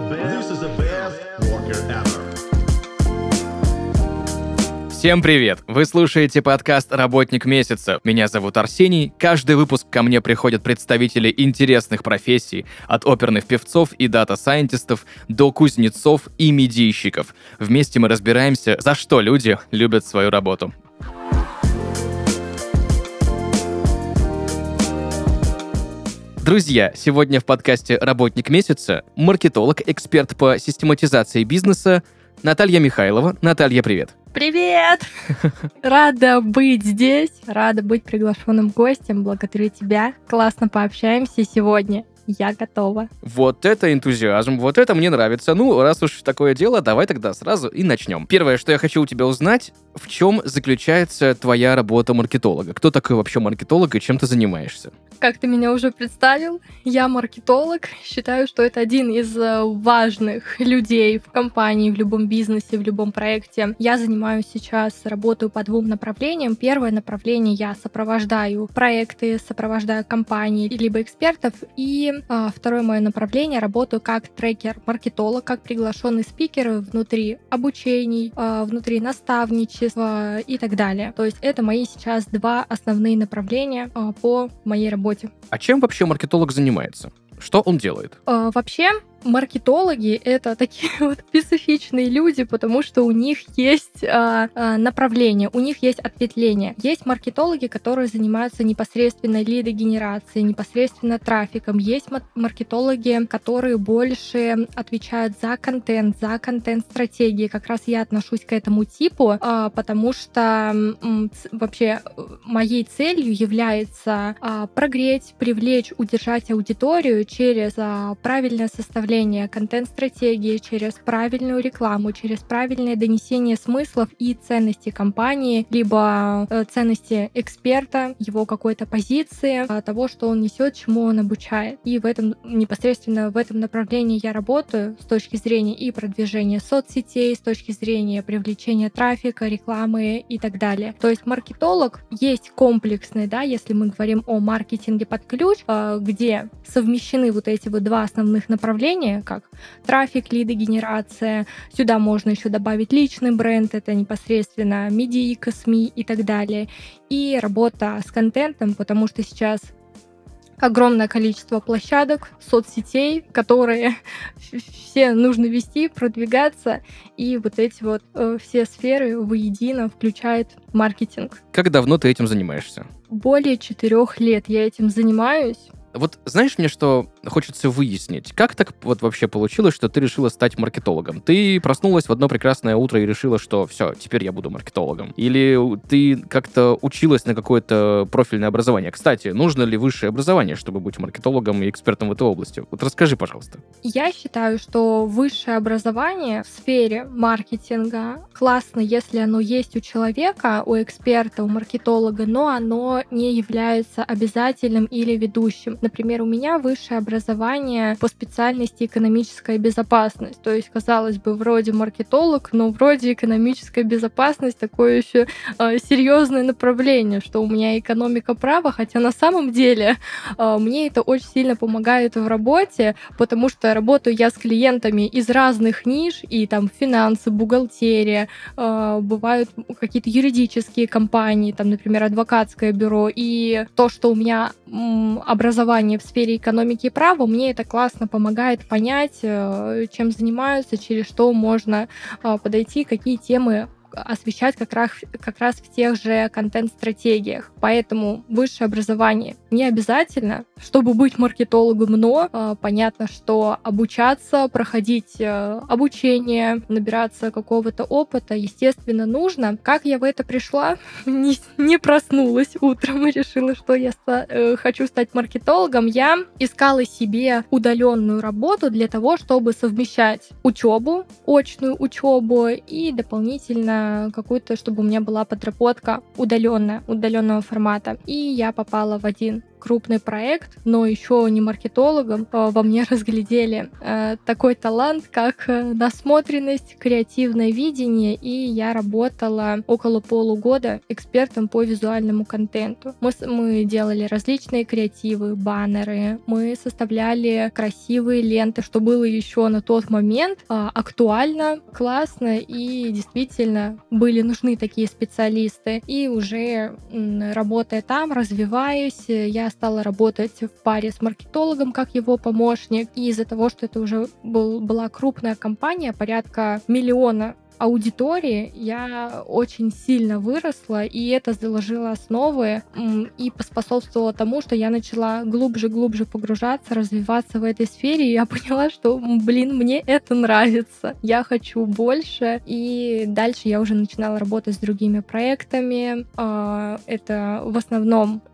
best worker ever. Всем привет! Вы слушаете подкаст «Работник месяца». Меня зовут Арсений. Каждый выпуск ко мне приходят представители интересных профессий, от оперных певцов и дата-сайентистов до кузнецов и медийщиков. Вместе мы разбираемся, за что люди любят свою работу. Друзья, сегодня в подкасте «Работник месяца» маркетолог, эксперт по систематизации бизнеса Наталья Михайлова. Наталья, привет! Привет! Рада быть здесь, рада быть приглашенным гостем. Благодарю тебя. Классно пообщаемся сегодня. Я готова. Вот это энтузиазм, вот это мне нравится. Ну, раз уж такое дело, давай тогда сразу и начнем. Первое, что я хочу у тебя узнать, в чем заключается твоя работа маркетолога? Кто такой вообще маркетолог и чем ты занимаешься? Как ты меня уже представил, я маркетолог. Считаю, что это один из важных людей в компании, в любом бизнесе, в любом проекте. Я занимаюсь сейчас, работаю по двум направлениям. Первое направление — я сопровождаю проекты, сопровождаю компании, либо экспертов. И второе мое направление — работаю как трекер-маркетолог, как приглашенный спикер внутри обучений, внутри наставничества и так далее. То есть это мои сейчас два основные направления по моей работе. А чем вообще маркетолог занимается? Что он делает? Вообще, маркетологи — это такие вот специфичные люди, потому что у них есть направление, у них есть ответвление. Есть маркетологи, которые занимаются непосредственно лидогенерацией, непосредственно трафиком. Есть маркетологи, которые больше отвечают за контент-стратегии. Как раз я отношусь к этому типу, потому что вообще моей целью является прогреть, привлечь, удержать аудиторию через правильное составление контент-стратегии, через правильную рекламу, через правильное донесение смыслов и ценностей компании, либо ценности эксперта, его какой-то позиции, того, что он несет, чему он обучает. И непосредственно в этом направлении я работаю с точки зрения и продвижения соцсетей, с точки зрения привлечения трафика, рекламы и так далее. То есть маркетолог есть комплексный, да, если мы говорим о маркетинге под ключ, где совмещены вот эти вот два основных направления, как трафик, лидогенерация. Сюда можно еще добавить личный бренд, это непосредственно медийка, СМИ и так далее. И работа с контентом, потому что сейчас огромное количество площадок, соцсетей, которые все нужно вести, продвигаться, и вот эти вот все сферы воедино включает маркетинг. Как давно ты этим занимаешься? Более 4 лет я этим занимаюсь. Вот знаешь, мне что хочется выяснить? Как так вот вообще получилось, что ты решила стать маркетологом? Ты проснулась в одно прекрасное утро и решила, что все, теперь я буду маркетологом? Или ты как-то училась на какое-то профильное образование? Кстати, нужно ли высшее образование, чтобы быть маркетологом и экспертом в этой области? Вот расскажи, пожалуйста. Я считаю, что высшее образование в сфере маркетинга классно, если оно есть у человека, у эксперта, у маркетолога, но оно не является обязательным или ведущим. Например, у меня высшее образование по специальности экономическая безопасность. То есть, казалось бы, вроде маркетолог, но вроде экономическая безопасность такое еще серьезное направление, что у меня экономика права, хотя на самом деле мне это очень сильно помогает в работе, потому что работаю я с клиентами из разных ниш, и там финансы, бухгалтерия, бывают какие-то юридические компании, там, например, адвокатское бюро, и то, что у меня образование в сфере экономики и права, мне это классно помогает понять, чем занимаются, через что можно подойти, какие темы освещать как раз в тех же контент-стратегиях. Поэтому высшее образование не обязательно, чтобы быть маркетологом, но понятно, что обучаться, проходить обучение, набираться какого-то опыта, естественно, нужно. Как я в это пришла? Не проснулась утром и решила, что я хочу стать маркетологом. Я искала себе удаленную работу для того, чтобы совмещать учебу, очную учебу и дополнительно какую-то, чтобы у меня была подработка удаленного формата. И я попала в один крупный проект, но еще не маркетологом, во мне разглядели такой талант, как насмотренность, креативное видение, и я работала около полугода экспертом по визуальному контенту. Мы делали различные креативы, баннеры, мы составляли красивые ленты, что было еще на тот момент актуально, классно, и действительно были нужны такие специалисты. И уже работая там, развиваясь, я стала работать в паре с маркетологом как его помощник. И из-за того, что это уже была крупная компания, порядка миллиона аудитории, я очень сильно выросла, и это заложило основы и поспособствовало тому, что я начала глубже погружаться, развиваться в этой сфере, и я поняла, что, мне это нравится, я хочу больше, и дальше я уже начинала работать с другими проектами. Это в основном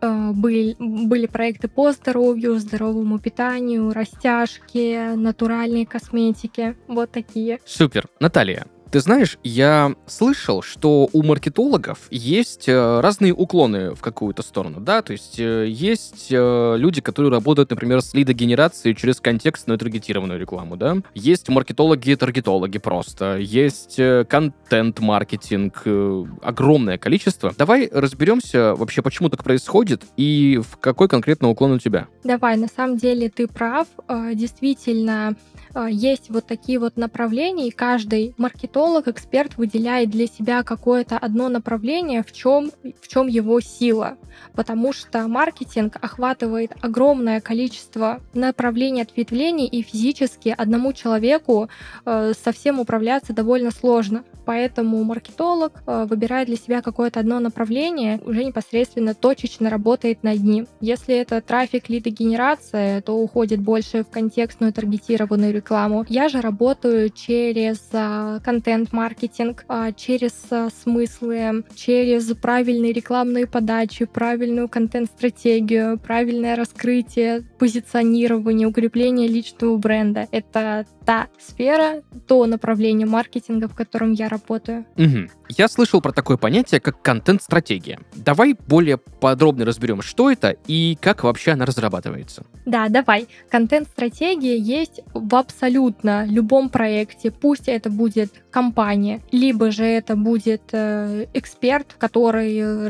были проекты по здоровью, здоровому питанию, растяжке, натуральной косметике, вот такие. Супер. Наталья, ты знаешь, я слышал, что у маркетологов есть разные уклоны в какую-то сторону, да, то есть есть люди, которые работают, например, с лидогенерацией через контекстную таргетированную рекламу, да, есть маркетологи-таргетологи просто, есть контент-маркетинг, огромное количество. Давай разберемся вообще, почему так происходит и в какой конкретно уклон у тебя. Давай, на самом деле ты прав, действительно, есть вот такие вот направления, и каждый маркетолог, эксперт выделяет для себя какое-то одно направление, в чем его сила. Потому что маркетинг охватывает огромное количество направлений, ответвлений, и физически одному человеку со всем управляться довольно сложно. Поэтому маркетолог выбирает для себя какое-то одно направление, уже непосредственно точечно работает над ним. Если это трафик, лидогенерация, то уходит больше в контекстную таргетированную рекламу. Я же работаю через контент-маркетинг, через смыслы, через правильные рекламные подачи, правильную контент-стратегию, правильное раскрытие, позиционирование, укрепление личного бренда. Это та сфера, то направление маркетинга, в котором я работаю. Угу. Я слышал про такое понятие, как контент-стратегия. Давай более подробно разберем, что это и как вообще она разрабатывается. Да, давай. Контент-стратегия есть в абсолютно любом проекте. Пусть это будет компания, либо же это будет эксперт, который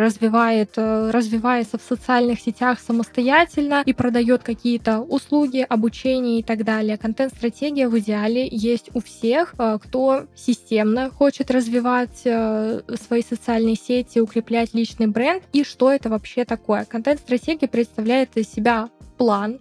развивается в социальных сетях самостоятельно и продает какие-то услуги, обучение и так далее. Контент-стратегия в идеале есть у всех, кто системно хочет развивать свои социальные сети, укреплять личный бренд. И что это вообще такое? Контент-стратегия представляет из себя план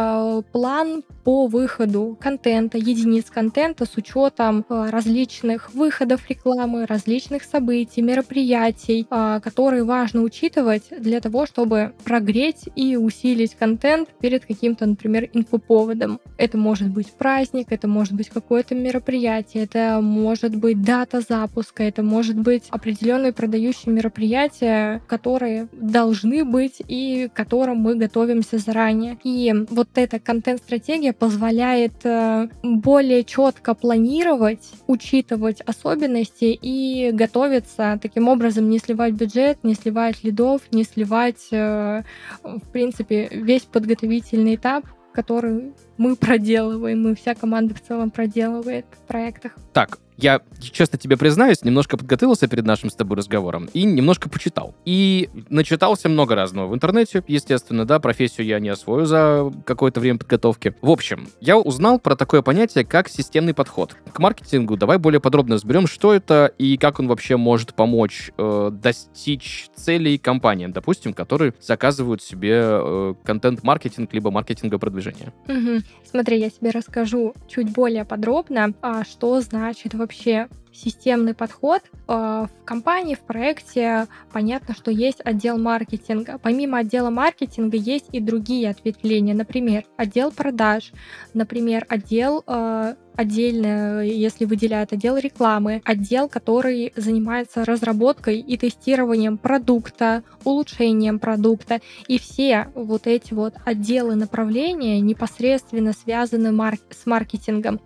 по выходу контента, единиц контента с учетом различных выходов рекламы, различных событий, мероприятий, которые важно учитывать для того, чтобы прогреть и усилить контент перед каким-то, например, инфоповодом. Это может быть праздник, это может быть какое-то мероприятие, это может быть дата запуска, это может быть определенные продающие мероприятия, которые должны быть и к которым мы готовимся заранее. И вот эта контент-стратегия позволяет более четко планировать, учитывать особенности и готовиться, таким образом не сливать бюджет, не сливать лидов, не сливать, в принципе, весь подготовительный этап, который мы проделываем, и вся команда в целом проделывает в проектах. Так, я, честно тебе признаюсь, немножко подготовился перед нашим с тобой разговором и немножко почитал. И начитался много разного в интернете, естественно, да, профессию я не освою за какое-то время подготовки. В общем, я узнал про такое понятие, как системный подход к маркетингу. Давай более подробно разберем, что это и как он вообще может помочь достичь целей компаниям, допустим, которые заказывают себе контент-маркетинг либо маркетинговое продвижение. Смотри, я тебе расскажу чуть более подробно, что значит вообще системный подход. В компании, в проекте понятно, что есть отдел маркетинга. Помимо отдела маркетинга есть и другие ответвления. Например, отдел продаж, например, отдел отдельно, если выделяют отдел рекламы, отдел, который занимается разработкой и тестированием продукта, улучшением продукта. И все вот эти вот отделы направления непосредственно связаны с маркетингом.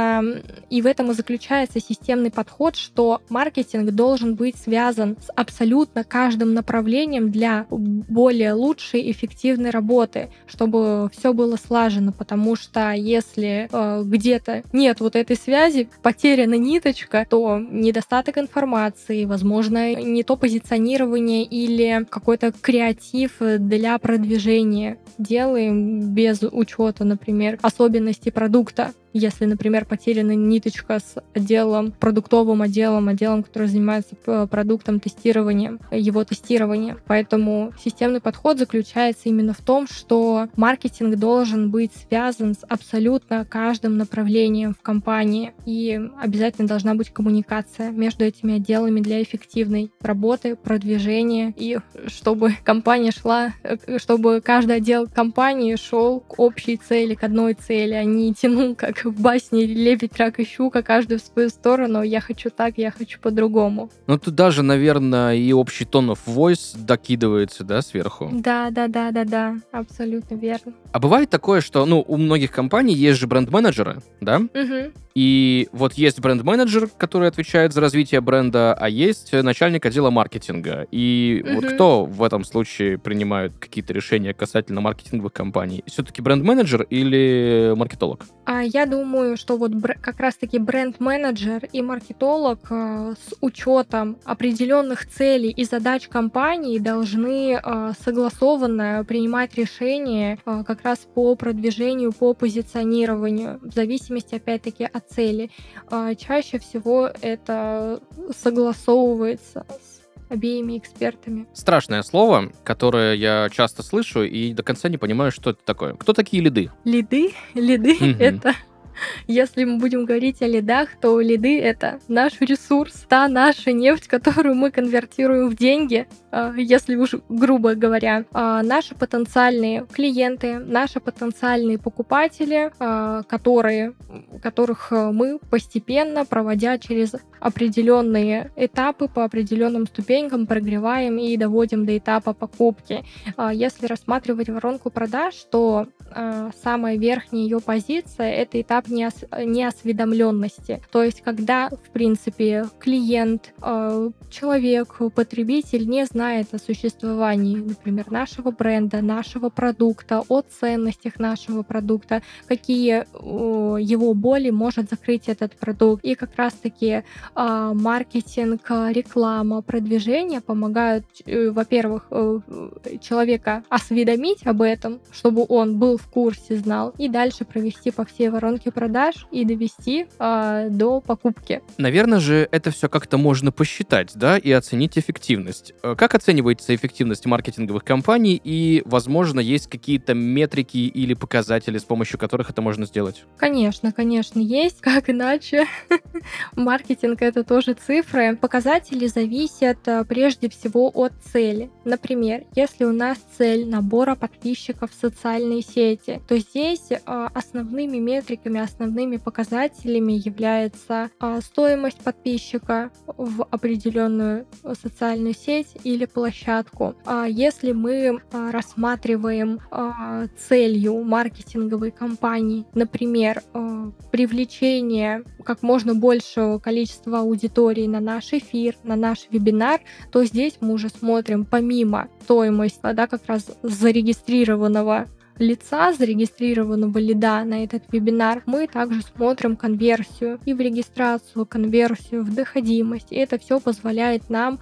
И в этом и заключается системный подход, что маркетинг должен быть связан с абсолютно каждым направлением для более лучшей эффективной работы, чтобы все было слажено, потому что если где-то нет вот этой связи, потеряна ниточка, то недостаток информации, возможно, не то позиционирование или какой-то креатив для продвижения делаем без учета, например, особенностей продукта. Если, например, потеряна ниточка с продуктовым отделом, который занимается продуктом тестированием, его тестированием. Поэтому системный подход заключается именно в том, что маркетинг должен быть связан с абсолютно каждым направлением в компании. И обязательно должна быть коммуникация между этими отделами для эффективной работы, продвижения. И чтобы компания чтобы каждый отдел компании шел к общей цели, к одной цели, а не тянул, как в басне «Лебедь, рак и щука», каждый в свою сторону, я хочу так, я хочу по-другому. Ну, тут даже, наверное, и общий tone of voice докидывается, да, сверху? Да, абсолютно верно. А бывает такое, что, у многих компаний есть же бренд-менеджеры, да? Угу. И вот есть бренд-менеджер, который отвечает за развитие бренда, а есть начальник отдела маркетинга. И вот кто в этом случае принимает какие-то решения касательно маркетинговых компаний? Все-таки бренд-менеджер или маркетолог? Я думаю, что вот как раз-таки бренд-менеджер и маркетолог с учетом определенных целей и задач компании должны согласованно принимать решения как раз по продвижению, по позиционированию, в зависимости, опять-таки, от цели. Чаще всего это согласовывается с обеими экспертами. Страшное слово, которое я часто слышу и до конца не понимаю, что это такое. Кто такие лиды? Лиды это... Если мы будем говорить о лидах, то лиды — это наш ресурс, та наша нефть, которую мы конвертируем в деньги, если уж грубо говоря. Наши потенциальные клиенты, наши потенциальные покупатели, которых мы постепенно, проводя через определенные этапы, по определенным ступенькам прогреваем и доводим до этапа покупки. Если рассматривать воронку продаж, то самая верхняя ее позиция — это этап неосведомленности. То есть, когда, в принципе, клиент, человек, потребитель не знает о существовании, например, нашего бренда, нашего продукта, о ценностях нашего продукта, какие его боли может закрыть этот продукт. И как раз-таки маркетинг, реклама, продвижение помогают, во-первых, человека осведомить об этом, чтобы он был в курсе, знал, и дальше провести по всей воронке продаж и довести до покупки. Наверное же, это все как-то можно посчитать, да, и оценить эффективность. Как оценивается эффективность маркетинговых компаний, и, возможно, есть какие-то метрики или показатели, с помощью которых это можно сделать? Конечно, есть. Как иначе? Маркетинг — это тоже цифры. Показатели зависят прежде всего от цели. Например, если у нас цель набора подписчиков в социальные сети, то здесь основными метриками, основными показателями является стоимость подписчика в определенную социальную сеть или площадку. Если мы рассматриваем целью маркетинговой кампании, например, привлечение как можно большего количества аудитории на наш эфир, на наш вебинар, то здесь мы уже смотрим помимо стоимости, да, как раз зарегистрированного лица, зарегистрированного лида на этот вебинар, мы также смотрим конверсию и в регистрацию, конверсию, в доходимость. И это все позволяет нам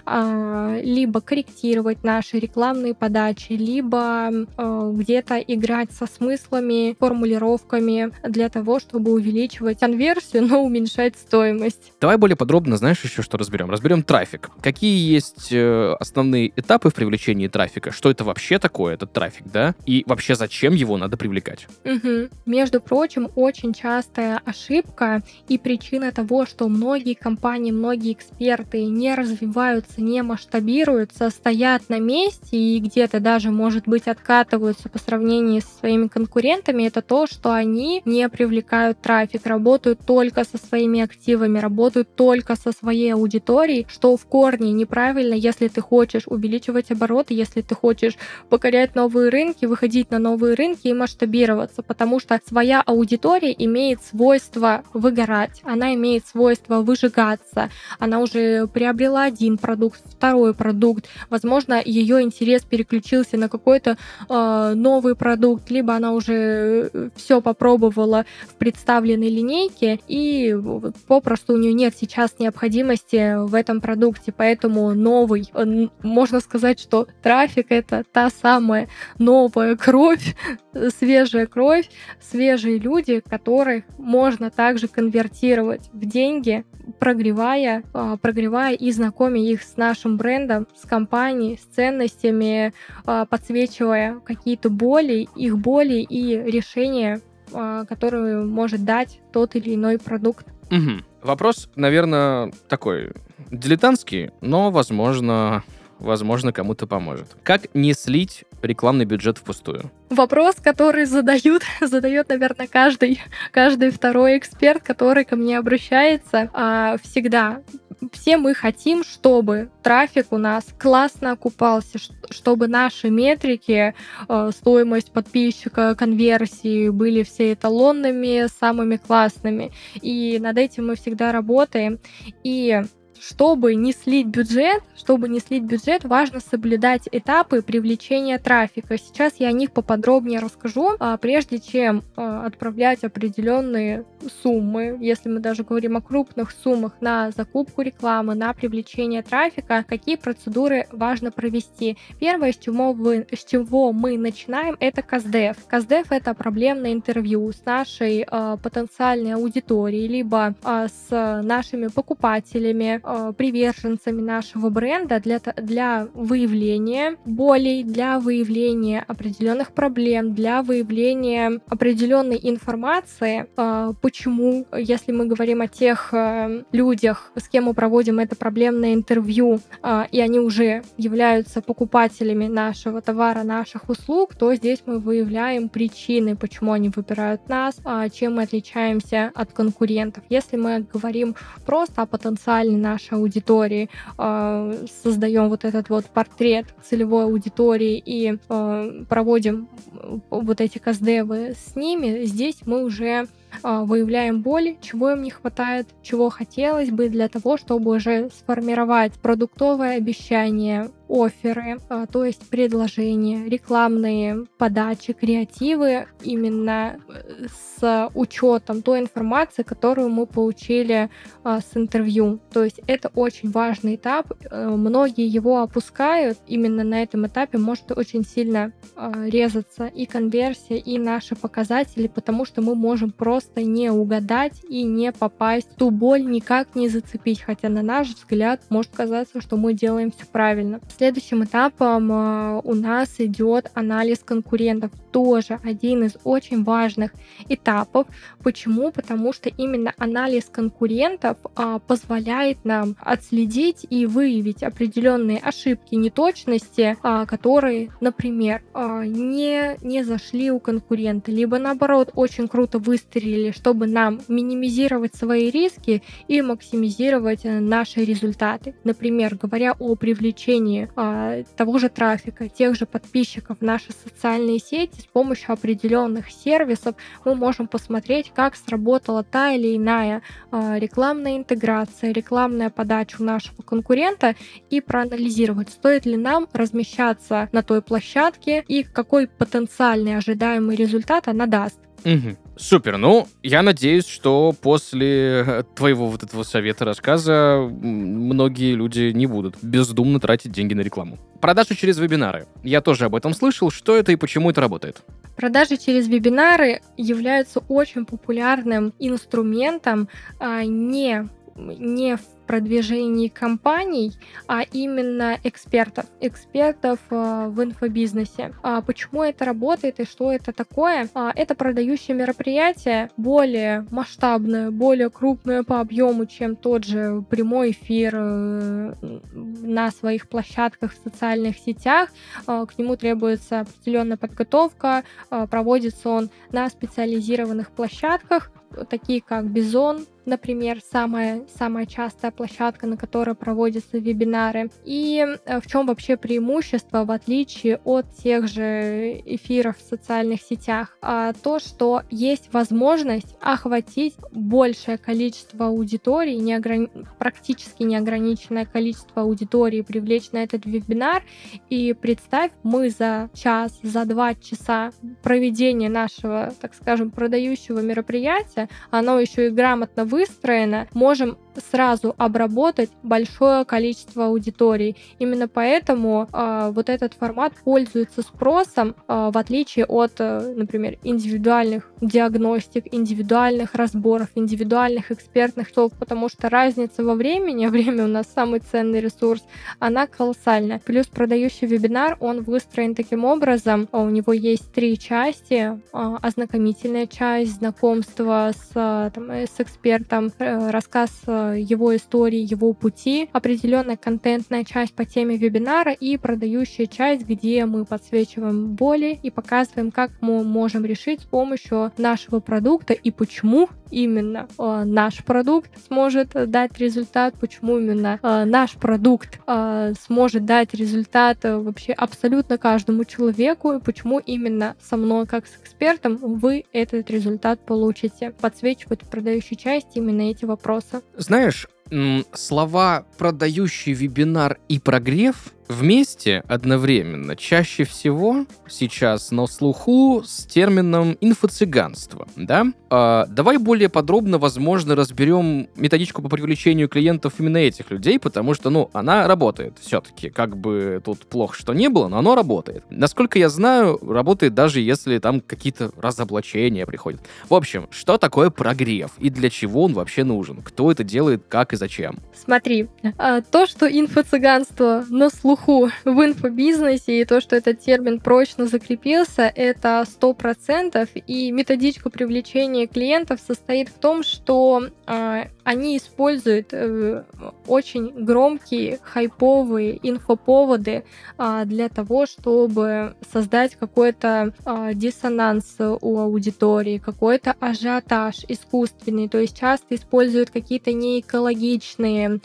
либо корректировать наши рекламные подачи, либо где-то играть со смыслами, формулировками для того, чтобы увеличивать конверсию, но уменьшать стоимость. Давай более подробно, знаешь, еще что разберем? Разберем трафик. Какие есть основные этапы в привлечении трафика? Что это вообще такое, этот трафик, да? И вообще зачем зачем его надо привлекать. Между прочим, очень частая ошибка и причина того, что многие компании, многие эксперты не развиваются, не масштабируются, стоят на месте и где-то даже, может быть, откатываются по сравнению со своими конкурентами, это то, что они не привлекают трафик, работают только со своими активами, работают только со своей аудиторией, что в корне неправильно, если ты хочешь увеличивать обороты, если ты хочешь покорять новые рынки, выходить на новые рынки и масштабироваться, потому что своя аудитория имеет свойство выгорать, она имеет свойство выжигаться, она уже приобрела один продукт, второй продукт, возможно, ее интерес переключился на какой-то новый продукт, либо она уже все попробовала в представленной линейке, и попросту у нее нет сейчас необходимости в этом продукте, поэтому новый, можно сказать, что трафик — это та самая новая кровь, свежая кровь, свежие люди, которых можно также конвертировать в деньги, прогревая и знакомя их с нашим брендом, с компанией, с ценностями, подсвечивая какие-то их боли и решения, которые может дать тот или иной продукт. Вопрос, наверное, такой дилетантский, но, возможно, кому-то поможет. Как не слить рекламный бюджет впустую? Вопрос, который задает, наверное, каждый второй эксперт, который ко мне обращается. Всегда. Все мы хотим, чтобы трафик у нас классно окупался, чтобы наши метрики, стоимость подписчика, конверсии были все эталонными, самыми классными. И над этим мы всегда работаем. И чтобы не слить бюджет, важно соблюдать этапы привлечения трафика. Сейчас я о них поподробнее расскажу, прежде чем отправлять определенные суммы, если мы даже говорим о крупных суммах, на закупку рекламы, на привлечение трафика, какие процедуры важно провести. Первое, с чего мы начинаем, это КАЗДЕФ. КАЗДЕФ — это проблемное интервью с нашей потенциальной аудиторией, либо с нашими покупателями, приверженцами нашего бренда для выявления болей, для выявления определенных проблем, для выявления определенной информации, почему, если мы говорим о тех людях, с кем мы проводим это проблемное интервью, и они уже являются покупателями нашего товара, наших услуг, то здесь мы выявляем причины, почему они выбирают нас, чем мы отличаемся от конкурентов. Если мы говорим просто о потенциальной нашей аудитории, создаем вот этот вот портрет целевой аудитории и проводим вот эти КАЗДЕВы с ними, здесь мы уже выявляем боли, чего им не хватает, чего хотелось бы для того, чтобы уже сформировать продуктовое обещание, офферы, то есть предложения, рекламные подачи, креативы именно с учетом той информации, которую мы получили с интервью. То есть это очень важный этап. Многие его опускают. Именно на этом этапе может очень сильно резаться и конверсия, и наши показатели, потому что мы можем просто не угадать и не попасть в ту боль, никак не зацепить. Хотя на наш взгляд может казаться, что мы делаем все правильно. Следующим этапом у нас идет анализ конкурентов. Тоже один из очень важных этапов. Почему? Потому что именно анализ конкурентов позволяет нам отследить и выявить определенные ошибки, неточности, которые, например, не зашли у конкурента, либо наоборот очень круто выстрелили, чтобы нам минимизировать свои риски и максимизировать наши результаты. Например, говоря о привлечении того же трафика, тех же подписчиков в наши социальные сети, с помощью определенных сервисов мы можем посмотреть, как сработала та или иная рекламная интеграция, рекламная подача у нашего конкурента и проанализировать, стоит ли нам размещаться на той площадке и какой потенциальный ожидаемый результат она даст. Супер. Ну, я надеюсь, что после твоего вот этого совета, рассказа, многие люди не будут бездумно тратить деньги на рекламу. Продажи через вебинары. Я тоже об этом слышал. Что это и почему это работает? Продажи через вебинары являются очень популярным инструментом не в продвижении компаний, а именно экспертов в инфобизнесе. Почему это работает и что это такое? Это продающее мероприятие, более масштабное, более крупное по объему, чем тот же прямой эфир на своих площадках в социальных сетях. К нему требуется определенная подготовка, проводится он на специализированных площадках, такие как Бизон, например, самая частая площадка, на которой проводятся вебинары. И в чем вообще преимущество, в отличие от тех же эфиров в социальных сетях? То, что есть возможность охватить большее количество аудитории, практически неограниченное количество аудитории, привлечь на этот вебинар. И представь, мы за час, за 2 часа проведения нашего, так скажем, продающего мероприятия, оно еще и грамотно выстроено, можем сразу обработать большое количество аудиторий. Именно поэтому вот этот формат пользуется спросом, в отличие от, например, индивидуальных диагностик, индивидуальных разборов, индивидуальных экспертных шоу, потому что разница во времени, а время у нас самый ценный ресурс, она колоссальная. Плюс продающий вебинар, он выстроен таким образом, у него есть 3 части: ознакомительная часть, знакомство с экспертом, рассказ его истории, его пути, определенная контентная часть по теме вебинара и продающая часть, где мы подсвечиваем боли и показываем, как мы можем решить с помощью нашего продукта и почему именно наш продукт сможет дать результат, почему именно наш продукт сможет дать результат вообще абсолютно каждому человеку, и почему именно со мной, как с экспертом, вы этот результат получите. Подсвечивают в продающей части именно эти вопросы. Знаешь, слова «продающий вебинар» и «прогрев» вместе одновременно чаще всего сейчас на слуху с термином «инфо-цыганство», да? Давай более подробно, возможно, разберем методичку по привлечению клиентов именно этих людей, потому что, она работает все-таки. Как бы тут плохо что не было, но оно работает. Насколько я знаю, работает даже если там какие-то разоблачения приходят. В общем, что такое прогрев и для чего он вообще нужен? Кто это делает, как и зачем? Смотри, то, что инфо-цыганство на слуху в инфобизнесе, и то, что этот термин прочно закрепился, это 100%. И методичка привлечения клиентов состоит в том, что они используют очень громкие, хайповые инфоповоды для того, чтобы создать какой-то диссонанс у аудитории, какой-то ажиотаж искусственный. То есть часто используют какие-то неэкологичные,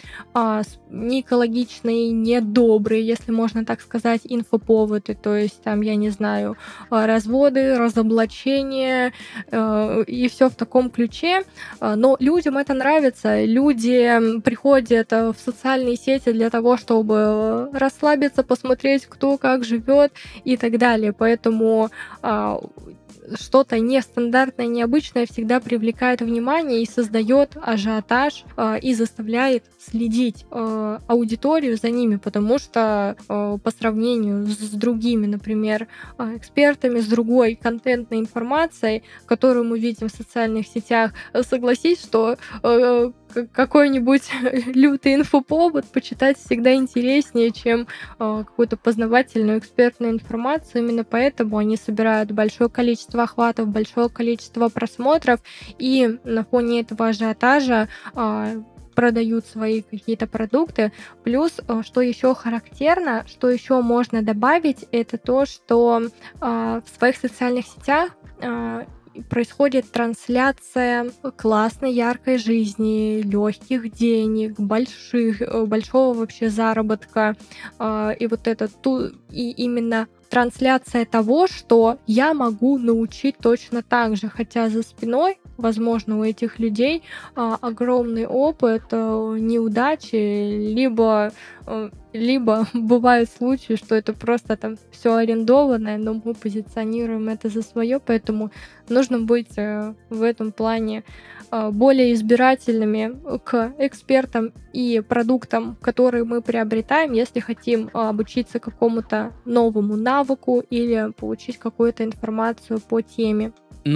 недобрые, если можно так сказать, инфоповоды. То есть там, я не знаю, разводы, разоблачения и все в таком ключе. Но людям это нравится. Люди приходят в социальные сети для того, чтобы расслабиться, посмотреть, кто как живет и так далее. Поэтому что-то нестандартное, необычное всегда привлекает внимание и создает ажиотаж и заставляет следить аудиторию за ними, потому что по сравнению с другими, например, экспертами, с другой контентной информацией, которую мы видим в социальных сетях, согласись, что какой-нибудь лютый инфоповод почитать всегда интереснее, чем какую-то познавательную экспертную информацию. Именно поэтому они собирают большое количество охватов, большое количество просмотров, и на фоне этого ажиотажа продают свои какие-то продукты. Плюс, что еще характерно, что еще можно добавить, это то, что в своих социальных сетях происходит трансляция классной, яркой жизни, легких денег, большого вообще заработка. И вот это и именно трансляция того, что я могу научить точно так же, хотя за спиной, возможно, у этих людей огромный опыт неудачи, либо бывают случаи, что это просто там все арендованное, но мы позиционируем это за свое, поэтому нужно быть в этом плане более избирательными к экспертам и продуктам, которые мы приобретаем, если хотим обучиться какому-то новому навыку или получить какую-то информацию по теме. Но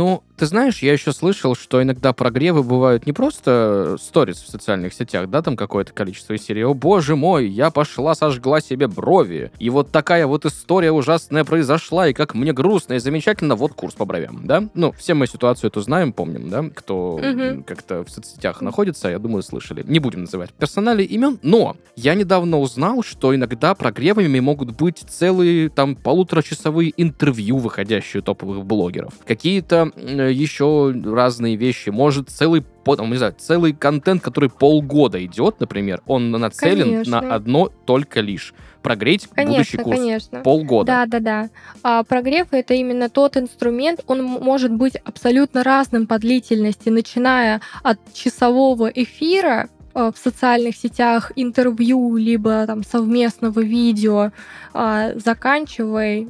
Ты знаешь, я еще слышал, что иногда прогревы бывают не просто сторис в социальных сетях, да, там какое-то количество из серии «О, боже мой, я пошла, сожгла себе брови, и вот такая вот история ужасная произошла, и как мне грустно и замечательно, вот курс по бровям», да? Ну, все мы ситуацию эту знаем, помним, да, кто как-то в соцсетях находится, я думаю, слышали. Не будем называть персонали имен, но я недавно узнал, что иногда прогревами могут быть целые там полуторачасовые интервью, выходящие у топовых блогеров. Какие-то еще разные вещи. Может, не знаю, целый контент, который полгода идет, например, он нацелен на одно только лишь прогреть будущий курс. Конечно. Полгода. Да. А прогрев — это именно тот инструмент, он может быть абсолютно разным по длительности, начиная от часового эфира в социальных сетях, интервью, либо там совместного видео, заканчивая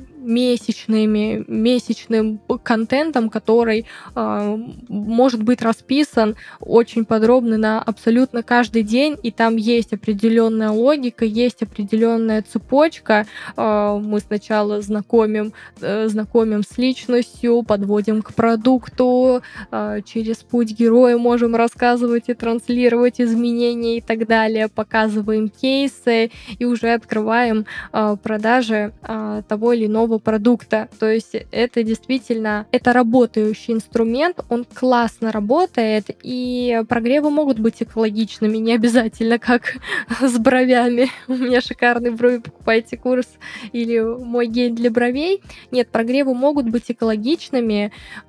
месячным контентом, который может быть расписан очень подробно на абсолютно каждый день, и там есть определенная логика, есть определенная цепочка. Мы сначала знакомим с личностью, подводим к продукту, через путь героя можем рассказывать и транслировать изменения и так далее, показываем кейсы и уже открываем продажи того или иного продукта. То есть это действительно работающий инструмент, он классно работает, и прогревы могут быть экологичными, не обязательно как с бровями. У меня шикарные брови, покупайте курс, или мой гель для бровей. Нет, прогревы могут быть экологичными.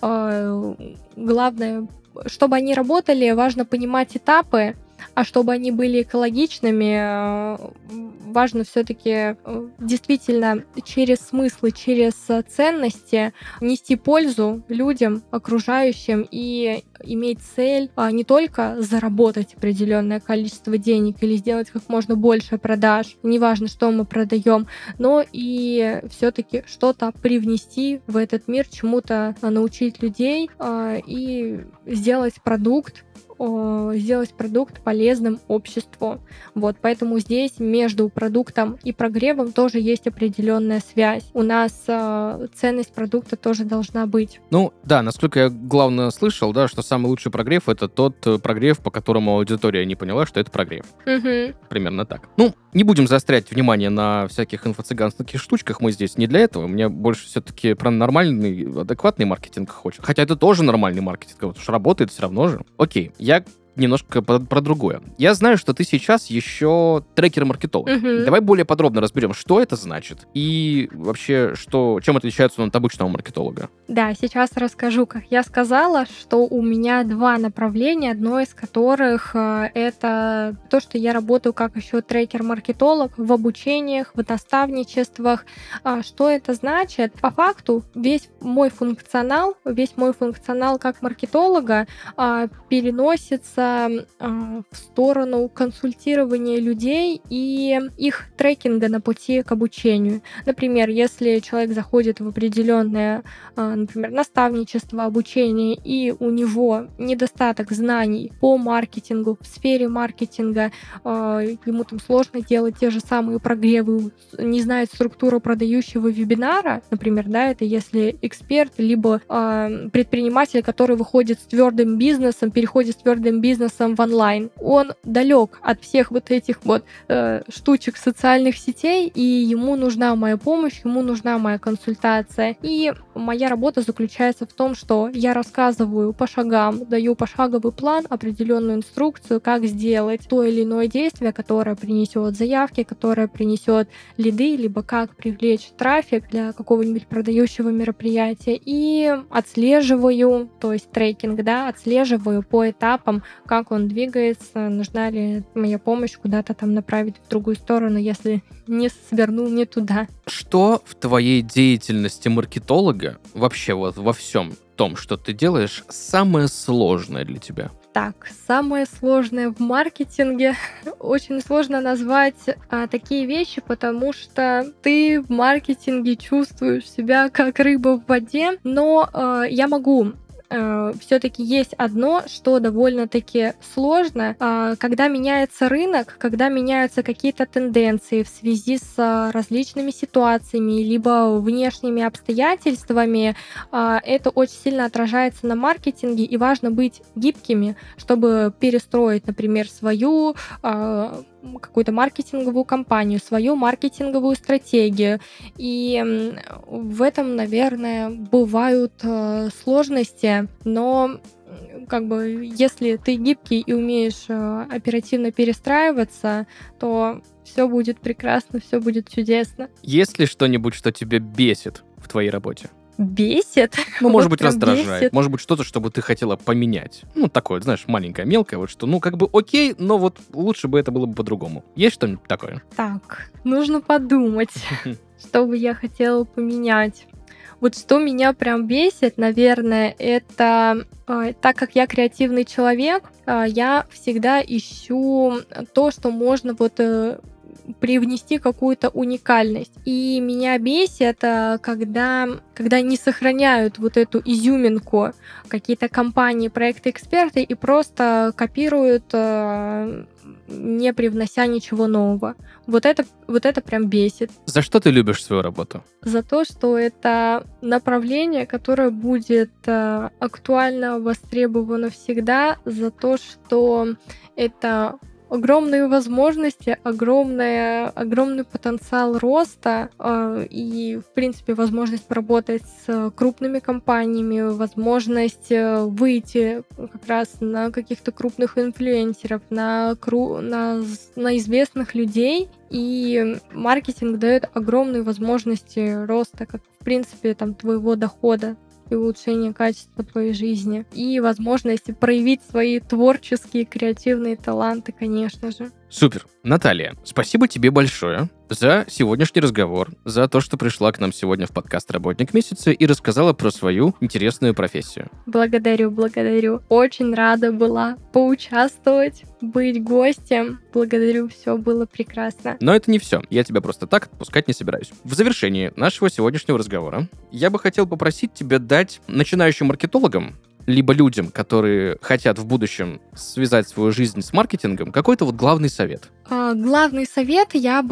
Главное, чтобы они работали, важно понимать этапы, а чтобы они были экологичными, важно все-таки действительно через смыслы, через ценности нести пользу людям, окружающим, и иметь цель не только заработать определенное количество денег или сделать как можно больше продаж, неважно, что мы продаем, но и все-таки что-то привнести в этот мир, чему-то научить людей и сделать продукт полезным обществу. Вот, поэтому здесь между продуктом и прогревом тоже есть определенная связь. У нас ценность продукта тоже должна быть. Ну, да, насколько я главное слышал, да, что самый лучший прогрев — это тот прогрев, по которому аудитория не поняла, что это прогрев. Примерно так. Ну, не будем заострять внимание на всяких инфо-цыганских штучках, мы здесь не для этого. Мне больше все-таки про нормальный, адекватный маркетинг хочется. Хотя это тоже нормальный маркетинг, вот уж работает все равно же. Окей, я немножко про другое. Я знаю, что ты сейчас еще трекер-маркетолог. Давай более подробно разберем, что это значит и вообще, чем отличается он от обычного маркетолога. Да, сейчас расскажу. Как я сказала, что у меня два направления, одно из которых это то, что я работаю как еще трекер-маркетолог в обучениях, в наставничествах. Что это значит? По факту весь мой функционал как маркетолога переносится в сторону консультирования людей и их трекинга на пути к обучению. Например, если человек заходит в определенное, например, наставничество, обучение, и у него недостаток знаний по маркетингу, в сфере маркетинга, ему там сложно делать те же самые прогревы, не знает структуру продающего вебинара, например, да, это если эксперт, либо предприниматель, который выходит с твердым бизнесом, переходит с твердым бизнесом в онлайн. Он далек от всех вот этих вот штучек социальных сетей, и ему нужна моя помощь, ему нужна моя консультация. И моя работа заключается в том, что я рассказываю по шагам, даю пошаговый план, определенную инструкцию, как сделать то или иное действие, которое принесет заявки, которое принесет лиды, либо как привлечь трафик для какого-нибудь продающего мероприятия. И отслеживаю, то есть трекинг, да, отслеживаю по этапам, как он двигается, нужна ли моя помощь куда-то там направить в другую сторону, если не свернул не туда. Что в твоей деятельности маркетолога, вообще вот во всем том, что ты делаешь, самое сложное для тебя? Так, самое сложное в маркетинге. Очень сложно назвать такие вещи, потому что ты в маркетинге чувствуешь себя как рыба в воде, но я могу все-таки есть одно, что довольно-таки сложно. Когда меняется рынок, когда меняются какие-то тенденции в связи с различными ситуациями, либо внешними обстоятельствами, это очень сильно отражается на маркетинге, и важно быть гибкими, чтобы перестроить, например, свою какую-то маркетинговую кампанию, свою маркетинговую стратегию. И в этом, наверное, бывают сложности, но если ты гибкий и умеешь оперативно перестраиваться, то все будет прекрасно, все будет чудесно. Есть ли что-нибудь, что тебя бесит в твоей работе? Бесит? Может Вот быть, прям раздражает. бесит. Может быть, что-то, что бы ты хотела поменять. Такое, знаешь, маленькое, мелкое, что, окей, но вот лучше бы это было бы по-другому. Есть что-нибудь такое? Так, нужно подумать, что бы я хотела поменять. Вот что меня прям бесит, наверное, это так как я креативный человек, я всегда ищу то, что можно привнести какую-то уникальность. И меня бесит, когда не сохраняют вот эту изюминку какие-то компании, проекты-эксперты и просто копируют, не привнося ничего нового. Вот это прям бесит. За что ты любишь свою работу? За то, что это направление, которое будет актуально, востребовано всегда, за то, что это огромные возможности, огромный потенциал роста и, в принципе, возможность поработать с крупными компаниями, возможность выйти как раз на каких-то крупных инфлюенсеров, на известных людей. И маркетинг дает огромные возможности роста, как, в принципе, твоего дохода и улучшения качества твоей жизни. И возможность проявить свои творческие, креативные таланты, конечно же. Супер. Наталья, спасибо тебе большое за сегодняшний разговор, за то, что пришла к нам сегодня в подкаст «Работник месяца» и рассказала про свою интересную профессию. Благодарю. Очень рада была поучаствовать, быть гостем. Благодарю, все было прекрасно. Но это не все. Я тебя просто так отпускать не собираюсь. В завершении нашего сегодняшнего разговора я бы хотел попросить тебя дать начинающим маркетологам либо людям, которые хотят в будущем связать свою жизнь с маркетингом, какой-то главный совет. Главный совет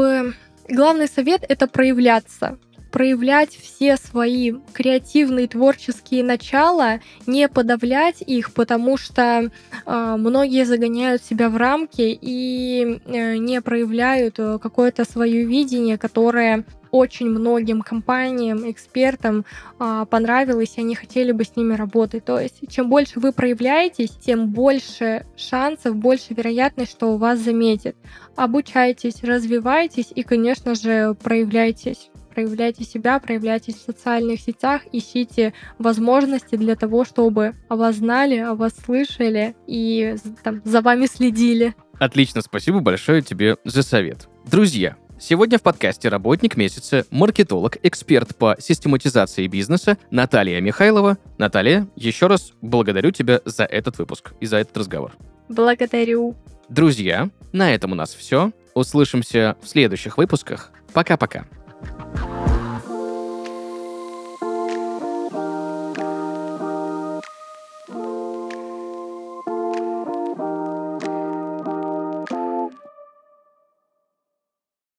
— это проявляться. Проявлять все свои креативные, творческие начала, не подавлять их, потому что многие загоняют себя в рамки и не проявляют какое-то свое видение, которое очень многим компаниям, экспертам понравилось, и они хотели бы с ними работать. То есть, чем больше вы проявляетесь, тем больше шансов, больше вероятность, что вас заметят. Обучайтесь, развивайтесь и, конечно же, проявляйтесь. Проявляйте себя, проявляйтесь в социальных сетях, ищите возможности для того, чтобы о вас знали, о вас слышали и за вами следили. Отлично, спасибо большое тебе за совет. Друзья, сегодня в подкасте «Работник месяца» маркетолог, эксперт по систематизации бизнеса Наталья Михайлова. Наталья, еще раз благодарю тебя за этот выпуск и за этот разговор. Благодарю. Друзья, на этом у нас все. Услышимся в следующих выпусках. Пока-пока.